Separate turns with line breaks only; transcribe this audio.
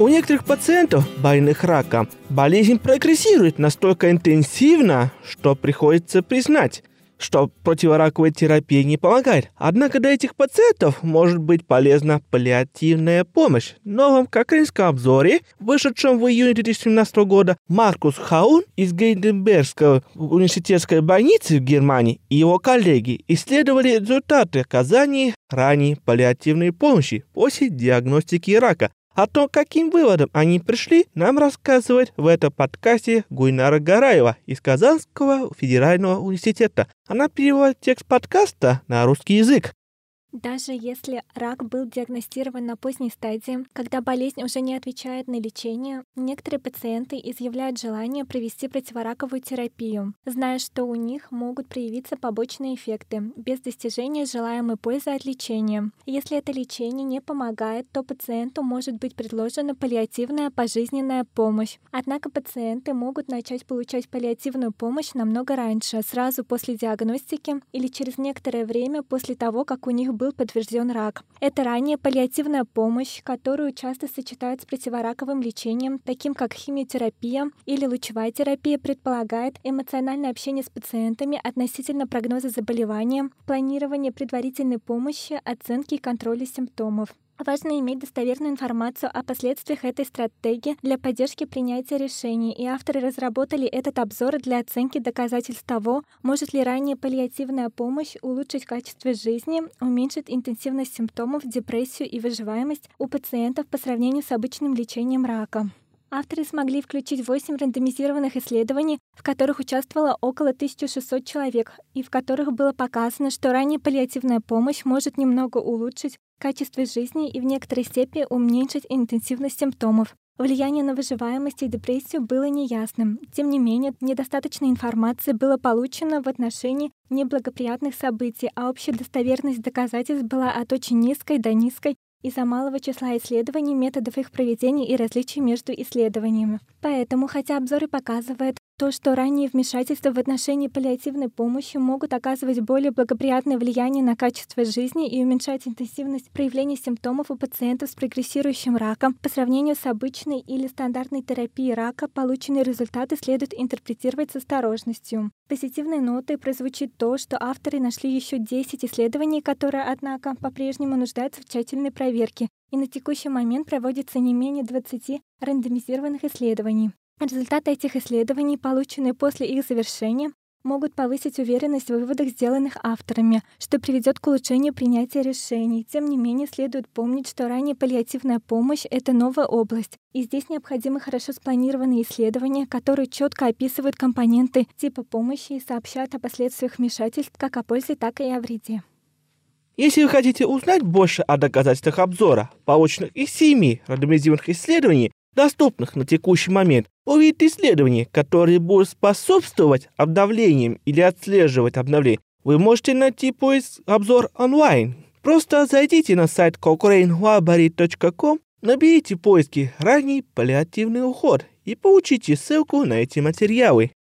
У некоторых пациентов, больных раком, болезнь прогрессирует настолько интенсивно, что приходится признать, что противораковая терапия не помогает. Однако для этих пациентов может быть полезна паллиативная помощь. В новом кокрейнском обзоре, вышедшем в июне 2017 года, Маркус Хаун из Гейдельбергской университетской больницы в Германии и его коллеги исследовали результаты оказания ранней паллиативной помощи после диагностики рака. О том, каким выводом они пришли, нам рассказывает в этом подкасте Гульнара Гараева из Казанского федерального университета. Она переводит текст подкаста на русский язык.
Даже если рак был диагностирован на поздней стадии, когда болезнь уже не отвечает на лечение, некоторые пациенты изъявляют желание провести противораковую терапию, зная, что у них могут проявиться побочные эффекты без достижения желаемой пользы от лечения. Если это лечение не помогает, то пациенту может быть предложена паллиативная пожизненная помощь. Однако пациенты могут начать получать паллиативную помощь намного раньше, сразу после диагностики или через некоторое время после того, как у них был подтвержден рак. Это ранняя паллиативная помощь, которую часто сочетают с противораковым лечением, таким как химиотерапия или лучевая терапия, предполагает эмоциональное общение с пациентами относительно прогноза заболевания, планирование предварительной помощи, оценки и контроля симптомов. Важно иметь достоверную информацию о последствиях этой стратегии для поддержки принятия решений, и авторы разработали этот обзор для оценки доказательств того, может ли ранняя паллиативная помощь улучшить качество жизни, уменьшить интенсивность симптомов, депрессию и выживаемость у пациентов по сравнению с обычным лечением рака. Авторы смогли включить 8 рандомизированных исследований, в которых участвовало около 1600 человек, и в которых было показано, что ранняя паллиативная помощь может немного улучшить качество жизни и в некоторой степени уменьшить интенсивность симптомов. Влияние на выживаемость и депрессию было неясным. Тем не менее, недостаточно информации было получено в отношении неблагоприятных событий, а общая достоверность доказательств была от очень низкой до низкой из-за малого числа исследований, методов их проведения и различий между исследованиями. Поэтому, хотя обзоры показывают то, что ранние вмешательства в отношении паллиативной помощи могут оказывать более благоприятное влияние на качество жизни и уменьшать интенсивность проявления симптомов у пациентов с прогрессирующим раком, по сравнению с обычной или стандартной терапией рака, полученные результаты следует интерпретировать с осторожностью. Позитивной нотой прозвучит то, что авторы нашли еще 10 исследований, которые, однако, по-прежнему нуждаются в тщательной проверке, и на текущий момент проводится не менее 20 рандомизированных исследований. Результаты этих исследований, полученные после их завершения, могут повысить уверенность в выводах, сделанных авторами, что приведет к улучшению принятия решений. Тем не менее, следует помнить, что ранняя паллиативная помощь — это новая область, и здесь необходимы хорошо спланированные исследования, которые четко описывают компоненты типа помощи и сообщают о последствиях вмешательств как о пользе, так и о вреде.
Если вы хотите узнать больше о доказательствах обзора, полученных из 7 рандомизированных исследований, доступных на текущий момент, увидеть исследования, которые будут способствовать обновлениям или отслеживать обновления, вы можете найти поиск обзор онлайн. Просто зайдите на сайт cochranelaboratory.com, наберите в поиске «Ранний паллиативный уход» и получите ссылку на эти материалы.